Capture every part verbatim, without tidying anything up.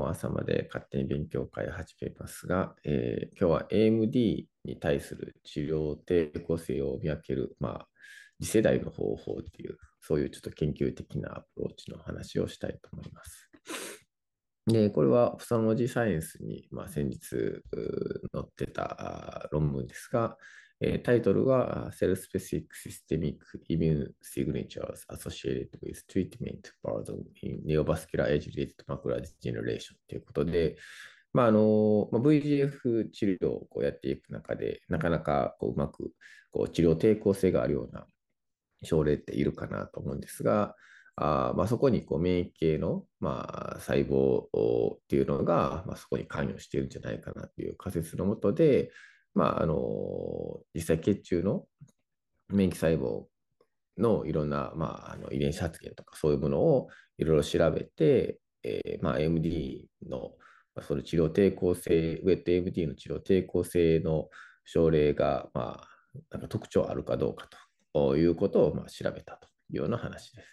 も朝まで勝手に勉強会を始めますが、えー今日は エーエムディー に対する治療抵抗性を見分ける、まあ、次世代の方法っていう、そういうちょっと研究的なアプローチの話をしたいと思います。で、これはオプサモロジーサイエンスに、まあ、先日載ってたあ論文ですが、えータイトルは Cell Specific Systemic Immune Signatures Associated with Treatment Burden in Neovascular Age-Related Macular Degeneration ということで、まああのまあ、ブイジーエフ 治療をこうやっていく中で、なかなかこううまくこう治療抵抗性があるような症例っているかなと思うんですが、あまあ、そこにこう免疫系の、まあ、細胞っていうのが、まあ、そこに関与しているんじゃないかなという仮説のもとで、まあ、あの実際血中の免疫細胞のいろんな、まあ、あの遺伝子発現とかそういうものをいろいろ調べて、えーまあ、エーエムディー の、まあ、その治療抵抗性、ウェット エーエムディー の治療抵抗性の症例が、まあ、なんか特徴あるかどうかということを、まあ、調べたというような話です。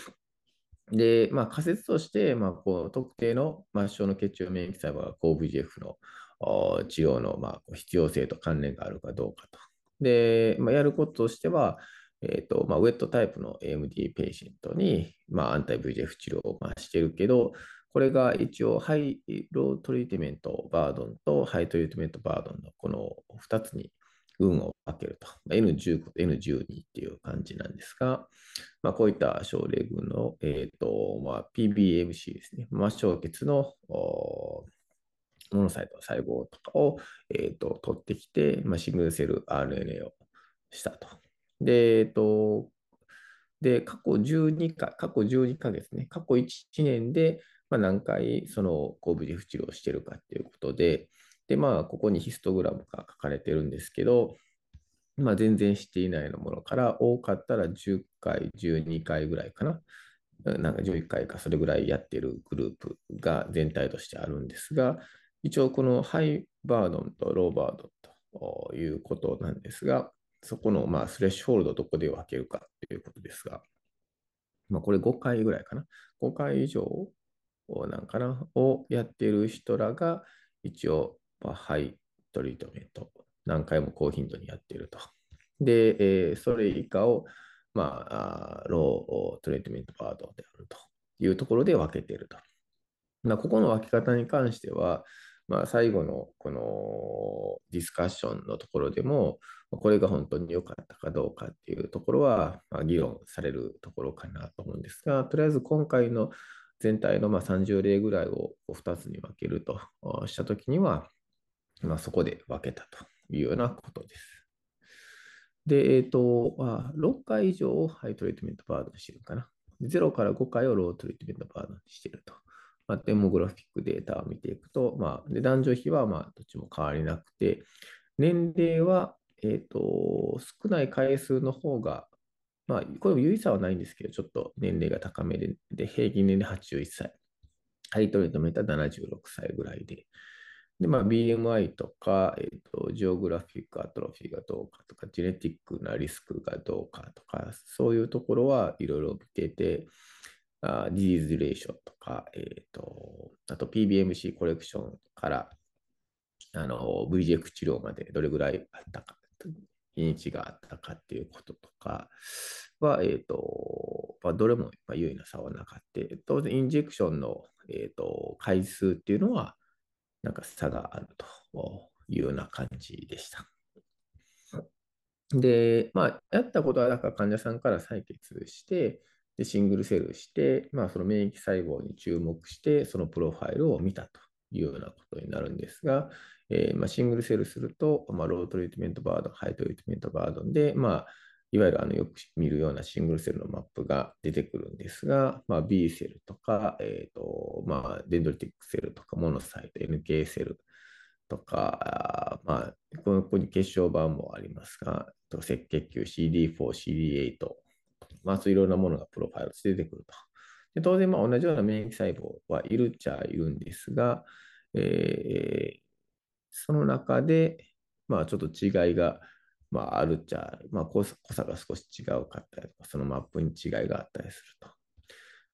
で、まあ、仮説として、まあ、こう特定の末梢の血中免疫細胞が コーブイジェフ の治療の、まあ、必要性と関連があるかどうかと。で、まあ、やることとしては、えっとまあ、ウェットタイプの エーエムディー ペーシェントに、まあ、アンタイ ブイジェフ 治療をまあしてるけど、これが一応ハイロートリートメントバードンとハイトリートメントバードンのこのふたつに群を分けると。エヌじゅうご と エヌじゅうに っていう感じなんですが、まあ、こういった症例群の、えーとまあ、ピービーエムシー ですね。末梢血のモノサイトの細胞とかを、えーと、取ってきて、まあ、シングルセル アールエヌエー をしたと。で、えっと、で、過去じゅうにか、過去じゅうにかげつね、過去いちねんで、まあ、何回その後部治療をしているかということで、で、まあ、ここにヒストグラムが書かれてるんですけど、まあ、全然していないのものから、多かったらじゅっかい、じゅうにかいぐらいかな。なんかじゅういっかいかそれぐらいやってるグループが全体としてあるんですが、一応このハイバードンとローバードンということなんですが、そこのまあスレッシュホールドをどこで分けるかということですが、まあ、これごかいぐらいかな。ごかい以上なんかなをやっている人らが一応、まあ、ハイトリートメント何回も高頻度にやっていると。で、えーそれ以下を、まあ、ロートリートメントパートであるというところで分けていると。まあ、ここの分け方に関しては、まあ、最後のこのディスカッションのところでも、これが本当に良かったかどうかっていうところは、まあ、議論されるところかなと思うんですが、とりあえず今回の全体のまあさんじゅう例ぐらいをふたつに分けるとしたときには、まあ、そこで分けたというようなことです。で、えっと、まあ、ろっかい以上をハイトリートメントバードにしてるかな。ゼロからごかいをロートリートメントバードにしてると。まあ、デモグラフィックデータを見ていくと、まあ、で男女比はまあどっちも変わりなくて、年齢は、えっと、少ない回数の方が、まあ、これも有意差はないんですけど、ちょっと年齢が高めで、で平均年齢はちじゅういっさい。ハイトリートメントはななじゅうろくさいぐらいで、で、まあ、ビーエムアイ とか、えっと、ジオグラフィックアトロフィーがどうかとか、ジェネティックなリスクがどうかとか、そういうところはいろいろ見てて、あディジーズレーションとか、えっと、あと ピービーエムシー コレクションからあの ブイジーエフ 治療までどれぐらいあったか、日にちがあったかっていうこととかは、えっと、まあ、どれも優位な差はなかった。当然、インジェクションの、えっと、回数っていうのは、なんか差があるというような感じでした。で、まあ、やったことは、だから患者さんから採血して、で、シングルセルして、まあ、その免疫細胞に注目して、そのプロファイルを見たというようなことになるんですが、えーまあ、シングルセルすると、まあ、ロートリートメントバードン、ハイトリートメントバードンで、まあ、いわゆるあのよく見るようなシングルセルのマップが出てくるんですが、まあ、B セルとか、えーとまあ、デンドリティックセルとか、モノサイト、エヌケー セルとか、まあ、ここに血小板もありますが、赤血球 シーディーフォー、シーディーエイト、まあ、そういろんなものがプロファイルとして出てくると。で当然、まあ、同じような免疫細胞はいるっちゃいるんですが、えーその中で、まあ、ちょっと違いが、まあ、あるっちゃ、まあ、濃さが少し違うかったりとか、そのマップに違いがあったりすると。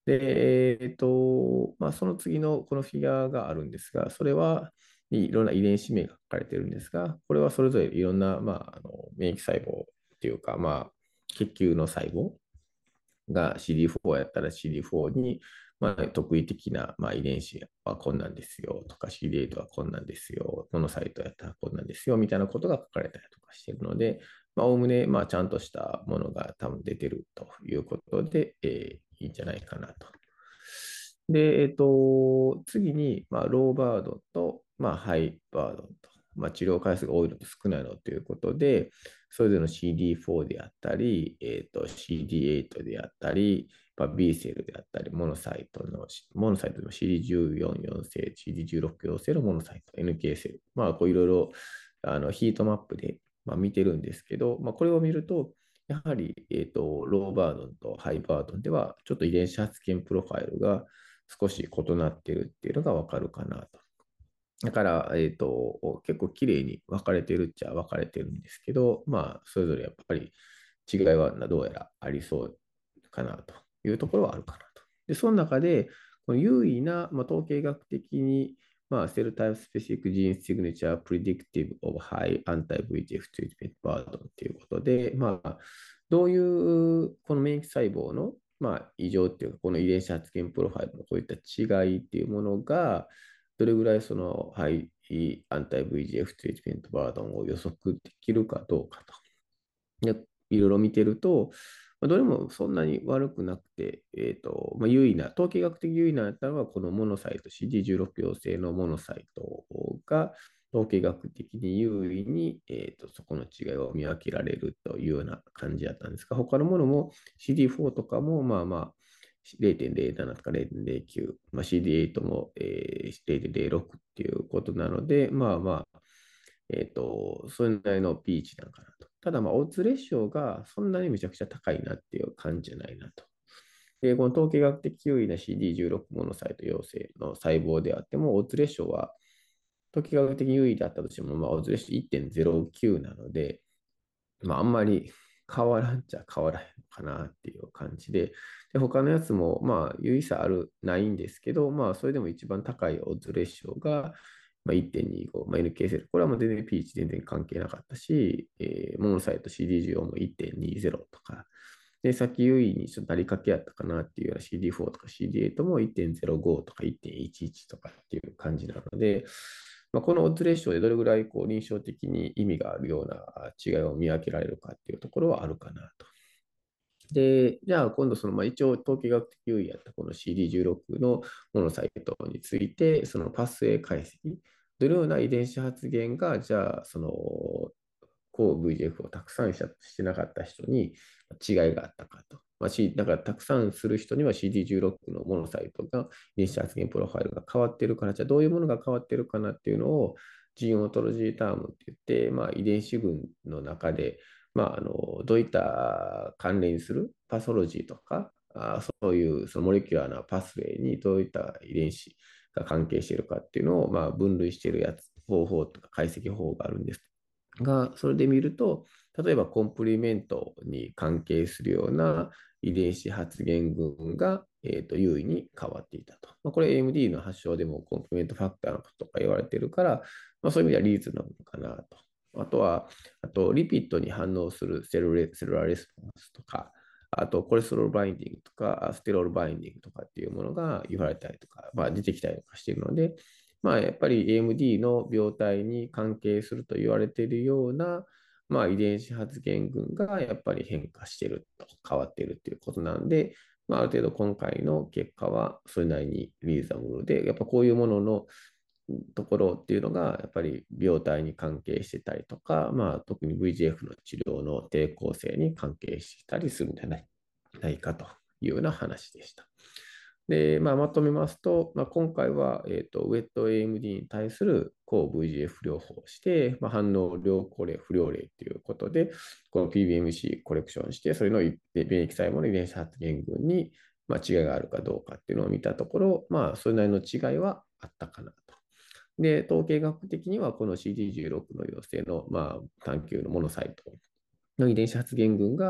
で、えっと、まあ、その次のこのフィギュアがあるんですが、それはいろんな遺伝子名が書かれているんですが、これはそれぞれいろんな、まあ、あの免疫細胞っていうか、まあ、血球の細胞が シーディーフォー やったら シーディーフォー に、まあ、特異的な、まあ、遺伝子はこんなんですよとか シーディーエイト はこんなんですよ、モノサイトやったらこんなんですよみたいなことが書かれたりとかしているので、おおむね、まあ、ちゃんとしたものが多分出てるということで、えーいいんじゃないかなと。で、えっと、次に、まあ、ローバードと、まあ、ハイバードと、まあ、治療回数が多いのと少ないのということで、それぞれの シーディーフォー であったり、えっと、シーディーエイト であったり、まあ、B セルであったり、モノサイトの、モノサイトの シーディーじゅうよん 陽性、シーディーじゅうろく 陽性のモノサイト、エヌケー セル。まあ、こういろいろあのヒートマップで、まあ、見てるんですけど、まあ、これを見ると、やはり、えっと、ローバードンとハイバードンでは、ちょっと遺伝子発現プロファイルが少し異なっているっていうのがわかるかなと。だから、えっと、結構綺麗に分かれてるっちゃ分かれてるんですけど、まあ、それぞれやっぱり違いはどうやらありそうかなというところはあるかなと。で、その中で、この優位な、まあ、統計学的に、まあ、セルタイプスペシフィックジーンシグネチャープリディクティブオブハイアンタイ ブイジーエフ トリートメントバードンということで、まあ、どういうこの免疫細胞の、まあ、異常っていうか、この遺伝子発現プロファイルのこういった違いっていうものが、どれぐらいそのハイアンタイ ブイジーエフ トリートメントバードンを予測できるかどうかと。でいろいろ見てると、まあどれもそんなに悪くなくて、えーとまあ、優位な、統計学的優位なやったのは、このモノサイト、シーディーじゅうろく 陽性のモノサイトが、統計学的に優位に、えーと、そこの違いを見分けられるというような感じだったんですが、他のものも シーディーフォー とかも、まあまあ、れいてんれいななとかれいてんれいきゅう、まあ、シーディーエイト も、えー、れいてんれいろくっていうことなので、まあまあ、えっと、それなりのピーチなんかなと。ただ、まあ、オッズレシオがそんなにめちゃくちゃ高いなっていう感じじゃないなと。で、この統計学的優位な シーディーじゅうろく モノサイト陽性の細胞であっても、オッズレシオは統計学的優位だったとしても、まあ、オッズレシオいってんぜろきゅうなので、まあ、あんまり変わらんちゃ変わらへんのかなっていう感じで、で他のやつも、まあ、有意差ある、ないんですけど、まあ、それでも一番高いオッズレシオが、まあ、いってんにじゅうご、まあ、エヌケー セル。これはもう全然 ピーチ 全然関係なかったし、えーモノサイト シーディーじゅうよん もいってんにじゅうとか、で、さっき優位にちょっとなりかけやったかなっていうような シーディーフォー とか シーディーエイト もいってんぜろごとかいってんいちいちとかっていう感じなので、まあ、このオッズレシオでどれぐらいこう臨床的に意味があるような違いを見分けられるかっていうところはあるかなと。で、じゃあ今度その、まあ、一応統計学的優位やったこの シーディーじゅうろく のモノサイトについて、そのパスウェイ解析、どのような遺伝子発現が、じゃあその抗 ブイジーエフ をたくさんしてなかった人に違いがあったかと。まあ、だからたくさんする人には シーディーじゅうろく のモノサイトが遺伝子発現プロファイルが変わってるから、じゃあどういうものが変わってるかなっていうのをジーンオトロジータームって言って、まあ、遺伝子群の中で、まあ、あのどういった関連するパソロジーとか、あそういうそのモレキュラーなパスウェイにどういった遺伝子が関係しているかっていうのを、まあ、分類しているやつ方法とか解析方法があるんですが、それで見ると、例えばコンプリメントに関係するような遺伝子発現群が、えー、と優位に変わっていたと。まあ、これ エーエムディー の発祥でもコンプリメントファクターのこととか言われているから、まあ、そういう意味ではリーズナブルかなと。あとは、あとリピッドに反応するセルレセルラレスポンスとか、あとコレステロールバインディングとか、ステロールバインディングとかっていうものが言われたりとか、まあ、出てきたりとかしているので、まあ、やっぱり エーエムディー の病態に関係すると言われているような、まあ、遺伝子発現群がやっぱり変化していると、変わっているということなんで、まあ、ある程度今回の結果はそれなりにリーザブルで、やっぱこういうもののところっていうのが、やっぱり病態に関係してたりとか、まあ、特に ブイジーエフ の治療の抵抗性に関係したりするんじゃないないかというような話でした。で、まあ、まとめますと、まあ、今回は、えーと、ウェット エーエムディー に対する抗 ブイジーエフ 療法をして、まあ、反応良好例、不良例ということで、この ピービーエムシー コレクションして、それの免疫細胞の遺伝子発現群に、まあ、違いがあるかどうかっていうのを見たところ、まあ、それなりの違いはあったかなと。で、統計学的にはこの シーディーじゅうろく の陽性の、まあ、単球のモノサイトの遺伝子発現群が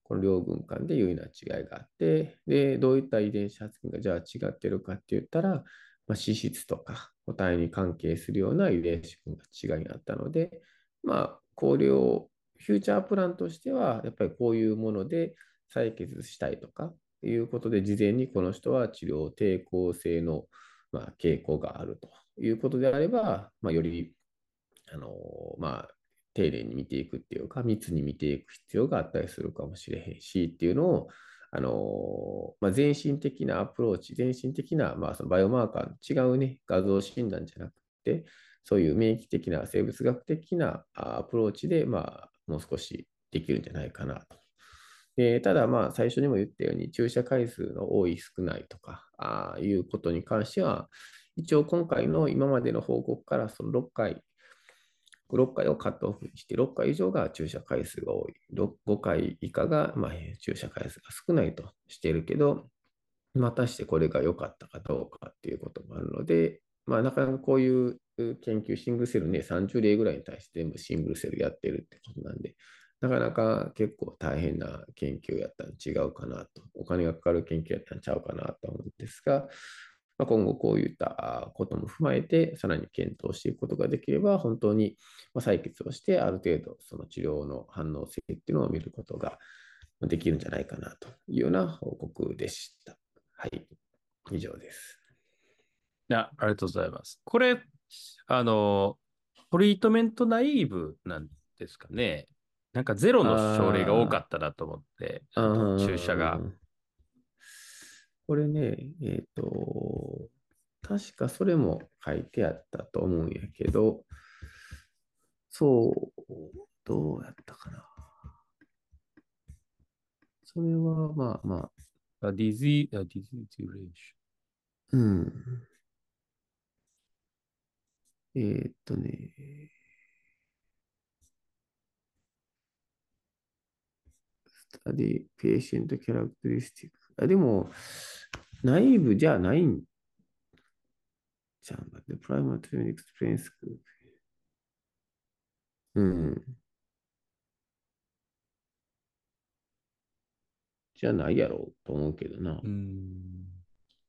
この両軍間で有意な違いがあって、で、どういった遺伝子発現がじゃあ違ってるかって言ったら、まあ、脂質とか個体に関係するような遺伝子群が違いがあったので、まあ、これをフューチャープランとしては、やっぱりこういうもので採血したいとかいうことで、事前にこの人は治療抵抗性の、まあ、傾向があるということであれば、まあ、よりあの、まあ、丁寧に見ていくっていうか、密に見ていく必要があったりするかもしれへんしっていうのを、あの、まあ、全身的なアプローチ、全身的な、まあ、そのバイオマーカーの違うね、画像診断じゃなくて、そういう免疫的な生物学的なアプローチで、まあ、もう少しできるんじゃないかなと。でただ、まあ、最初にも言ったように、注射回数の多い、少ないとか、ああいうことに関しては、一応今回の今までの報告からそのろっかいろっかいをカットオフにして、ろっかい以上が注射回数が多い、ごかい以下が、まあ、注射回数が少ないとしているけど、またしてこれが良かったかどうかっていうこともあるので、まあ、なかなかこういう研究、シングルセルね、さんじゅう例ぐらいに対して全部シングルセルやってるってことなんで、なかなか結構大変な研究やったら違うかなと、お金がかかる研究やったらちゃうかなと思うんですが、まあ、今後こういったことも踏まえて、さらに検討していくことができれば、本当に採血をして、ある程度その治療の反応性っていうのを見ることができるんじゃないかなというような報告でした。はい、以上です。 いや、ありがとうございます。これ、あの、トリートメントナイーブなんですかね。なんかゼロの症例が多かあったなと思って、 ーあと注射が。 あー、これね、えっと、確かそれも書いてあったと思うんやけど、そう、どうやったかな。それはまあまあ、 あディジー、あディジーデュレーシうん。えーっとね、スタディ、ペーシェントキャラクタリスティック。あ、でも、ナイーブじゃないんじゃん。で、プライマートゥエクスペリエンス。うん。じゃないやろうと思うけどな。 ュ。うーん。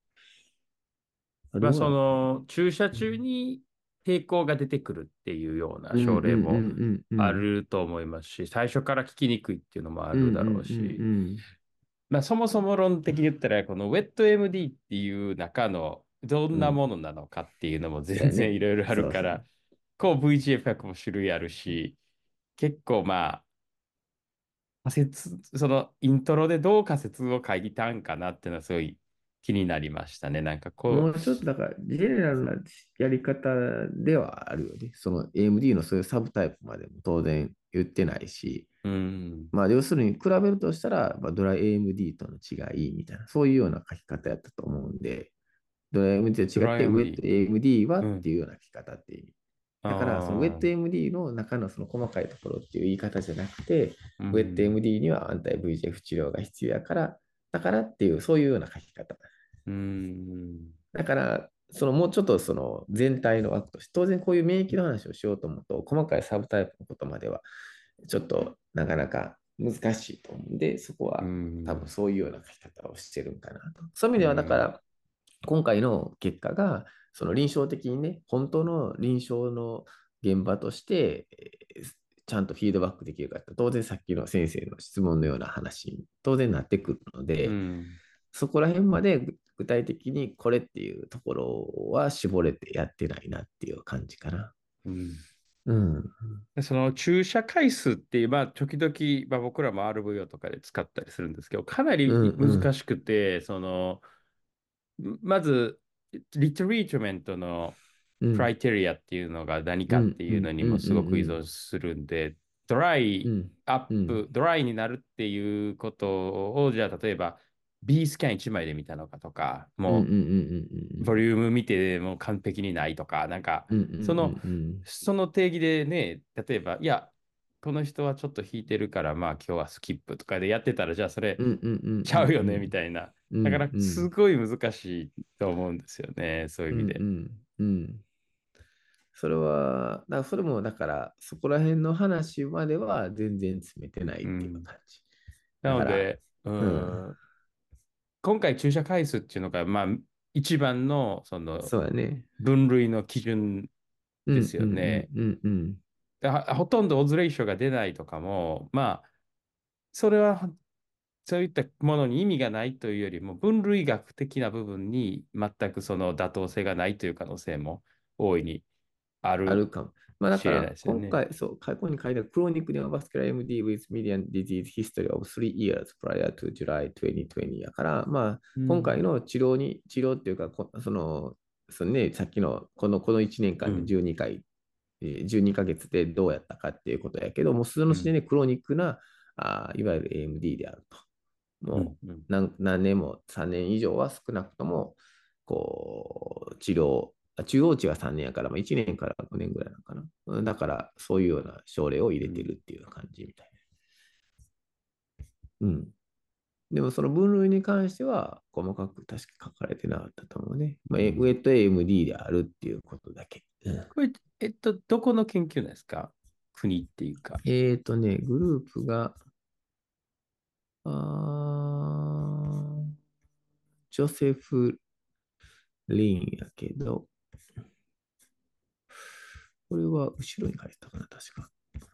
あ、 まあ、 どうそやったかな。 の、注射中うん、 に抵抗が出てくるっていうようなうん、うん、 症例もうん、うん。 あると思いますし、最初から効きにくいっていうのもあうん、うん、 るだろううし、 ん、 まあ、そもそも論的に言ったら、この ウェット エムディー っていう中のどんうん。うん。 なものなのかっていうのも全そうやね。 然いろいろあるから、 そうそう。 こう ブイジーエフ も種類あるし、結構まあ、仮説、そのイントロでどう仮説を書いたんかなっていうのはすごい気になりましたね。なんかこもうちょっとだから、ジェネラルなやり方ではあるよね。その エーエムディー のそういうサブタイプまでも当然言ってないし、 う、うん、 まあ、要するに比べるとしたら、まあ、ドライ エーエムディー との違いみたいな、そういうような書き方やったと思うんで、ドライ エーエムディー とドライ違って、ウェットエムディー。 エーエムディー はうん。 っていうような書き方っていう意味。だから、そのウェットああ、 エーエムディー の中のその細かいところっていう言い方じゃなくて、 うウェットん、 エーエムディー にはアンタイ ブイジーエフ 治療が必要やから、だからっていう、そういうような書き方。 うん、 だから、そのもうちょっとその全体の枠として、当然こういう免疫の話をしようと思うと、細かいサブタイプのことまでは、ちょっとなかなか難しいと思うんで、そこうは多分ん、 そういうような書き方をしてるんかなと。そういう意味では、だかうん、 ら、今回の結果が、その臨床的にね、本当の臨床の現場として、えーちゃんとフィードバックできるかって、当然さっきの先生の質問のような話に当然なってくるので、 うん、 そこら辺まで具体的にこれっていうところは絞れてやってないなっていう感じかな。 うん。 うん。 でその注射回数っていう、まあ、時々、まあ、僕らも アールブイオー とかで使ったりするんですけど、かなうんり難うん。 しくて、その、まず、リトリートメントのクラうん。 イテリアっていうのが何かってうんういうのにんうんうもすごく依ん存するんで、ドライうん。 アップ、 うん。 ドライになるっていうことを、じゃあ例えば B スキャンいちまいで見たのかとか、もうんうんうんうボリューム見てもう完璧にないとか、なんか、 うんうん。うんその、 うんうんその定義でね、例えば、いや、この人はちょっと引いてるから、まあ今日はスキップとかでやってたら、じゃあそれうんうんうんちゃうよね、みうんたいな。 うんだから、 うんすごい難しいと思うんですよね、そういううん意味で。 うんうんそれは、だからそれもだから、そこら辺の話までは全然詰めてないっていううん。 感じ。 なだから、 ので、ううん。 ん、今回注射回数っていうのが、まあ、一番のそのそうやね。 分類の基準ですうんうんよね。 うんうんうん。 だほとんどオズレーションが出ないとかも、まあ、それはそういったものに意味がないというよりも、分類学的な部分に全くその妥当性がないという可能性も大いにあるあるかも。まあだしれないから、 ですよね。 今回、そう、過去に書いたクロニックネオバスキュラー エムディー with median disease history of three years prior to July twenty twenty やから、まあ、 うん。 今回の治療に、治療っていうか、こその、そのね、さっきのこの、このいちねんかんでうん。 じゅうにかい、えーじゅうにかげつでどうやったかっていうことやけども、その時点うん。 でクロニックな、あいわゆる エーエムディー であると。 うん。 もうん。 う何何年もさんねん以上は少なくとも、こう、治療、中央値がさんねんやから、まあ、いちねんからごねんぐらいなのかな。だから、そういうような症例を入れてうん。 るっていう感じみたいな。うん。でも、その分類に関しては、細かく確か書かれてなかったと思うね。まあ、えウェうん。 ット エーエムディー であるっていうことだけ。うん、 これ、えっと、どこの研究なんですか？国っていうか。 えっとね、グループが、あジョセフ・リンやけど、これは後ろに書いてたかな、確か。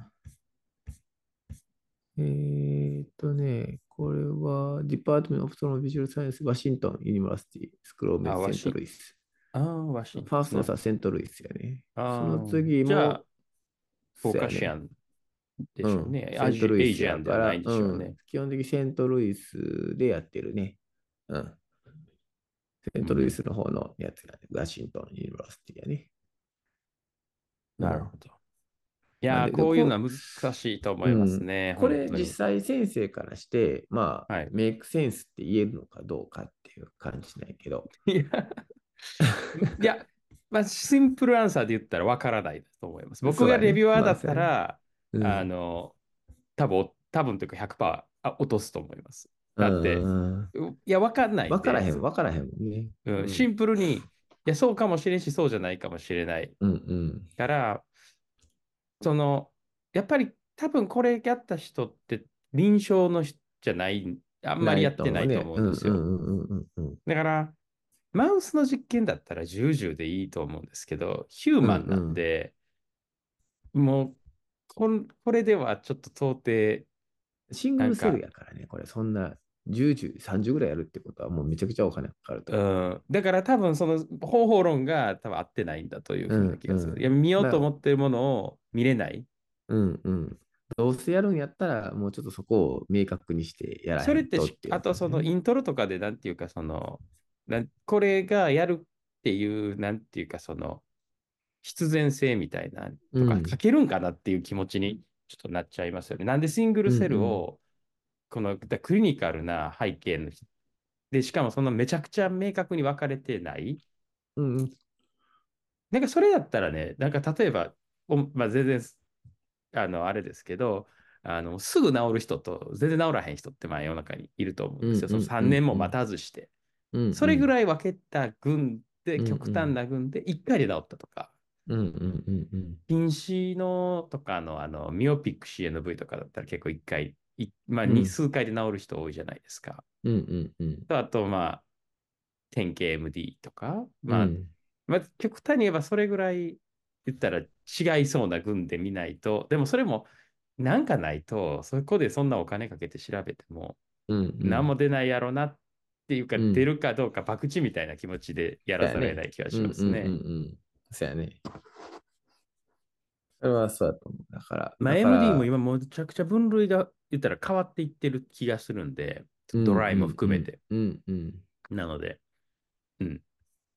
えーっとね、これは Department of Toronto Visual Science Washington University School of あ、 Medicine ワ Saint シ、 Louis。 ああ、ワシントン。 ファーストなるほど。 さセントルイスやね。そのああ、じゃあ、 次も、 フォーそうやね。 カシアンでうん。 しょうね。 セントアジ、 ルイスエイジアンではないんやから、 でうん。 しょうね。 基本的にセントルイスでやってるね。うん。セントルイうん。 スの方のやつやね。ワシントンユニバーシティやね。うん。 なるほど。いやー、 まあで、でここういうのは難しいとう、 思いますうん。 ね。 これ実本当に。 際先生からして、まあ、 はい。 メイクセンスって言えるのかどうかっていう感じないけど。 いや、いや、まあ、シンプルアンサーで言ったらわからないと思います。僕がレビそうやね。 ュアーだっまあそうやね。 たら、あうん。 の、多分、多分というかひゃくパーセントあ落とすと思います。 うだって、 ん。 ういや、わかんないんで、 わからへん、わからへんもんね。 うん、シうん。 ンプルに、いや、そうかもしれんし、そうじゃないかもしれないうんうんから、その、やっぱり多分これやった人って臨床の人じゃない、あんまりやっないとてないと思うね。うんう思うんですよ。 んうんうんうんうん。 だから、マウスの実験だったらじゅうじゅうでいいと思うんですけど、ヒューうんマンなんうん。 で、もうこん、これではちょっと到底、 シングルセルなんか、 やからね、これ、そんなじゅう、じゅう、さんじゅうぐらいやるってことは、もうめちゃくちゃお金かかるとう思ん、だから多分その方法論が多分合ってないんだというう。 ふうなうん気がする。いや、 うん。 見ようとまあ、 思ってるものを見れない。 うんうん。どうせやるんやったら、もうちょっとそこを明確にしてやらへんそれってし、 とっていうあとその感じね。 イントロとかでなんていうかその、なんこれがやるっていう、なんていうかその、必然性みたいなとか書うん。 けるんかなっていう気持ちにちょっとなっちゃいますよね。なんでシングルうんセルうん。 をこのだクリニカルな背景ので、しかもそのめちゃくちゃ明確に分かれてない。 うんうん。 なんかそれだったらね、なんか例えば、おまあ、全然あのあれですけど、あのすぐ治る人と全然治らへん人ってまあ世の中にいると思うんですよ。そのうんうんうさんねんも待んうん。 たずして。 うんそれぐらい分けた群で、 うんう極端ん。 な群でいっかいで治ったとか、 うんうんうんうん。 近視のとかの、あのミオピック シーエヌブイ とかだったら結構いっかい、いまあ、にうん数回で治る人多いじゃないですか。 うんうんうん。 とあと、まあ、典型 エムディー とか、まあ、 うん。 まあ、極端に言えばそれぐらい言ったら違いそうな群で見ないと、でもそれもなんかないと、そこでそんなお金かけて調べても、 うんう何もん。 出ないやろなっていうか、 うん。 出るかどうか博打みたいな気持ちでやらざるを得なそうやね。 い気がしうんうんうんますね。 うん。そうやね。それはそうだと思う。だから、 まあ、 だかエムディー もら、 今もうめちゃくちゃ分類が言ったら変わっていってる気がするんで、 うんうドライもんうん含めて。 うんうん。 なので、うん。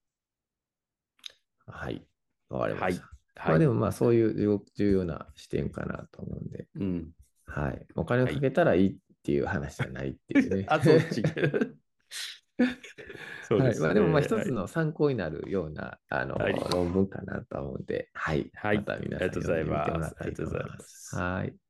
はい。わかりまはい。 した。 はい。 まあでもまあそういう重重要な視点かなと思うんで、 うん。 はい。お金をはい。 かけたらいいっていう話じゃないっていうね。 あ、そっち。そうではい。まあでもまあすね。 一つはい。 の参考になるようなあのはい。 論文かなと思うんで、はい。 はい。 また皆ありがとうございさん読んでみてもます。あらったらいいとりがとうござい思います。 ます。 はい。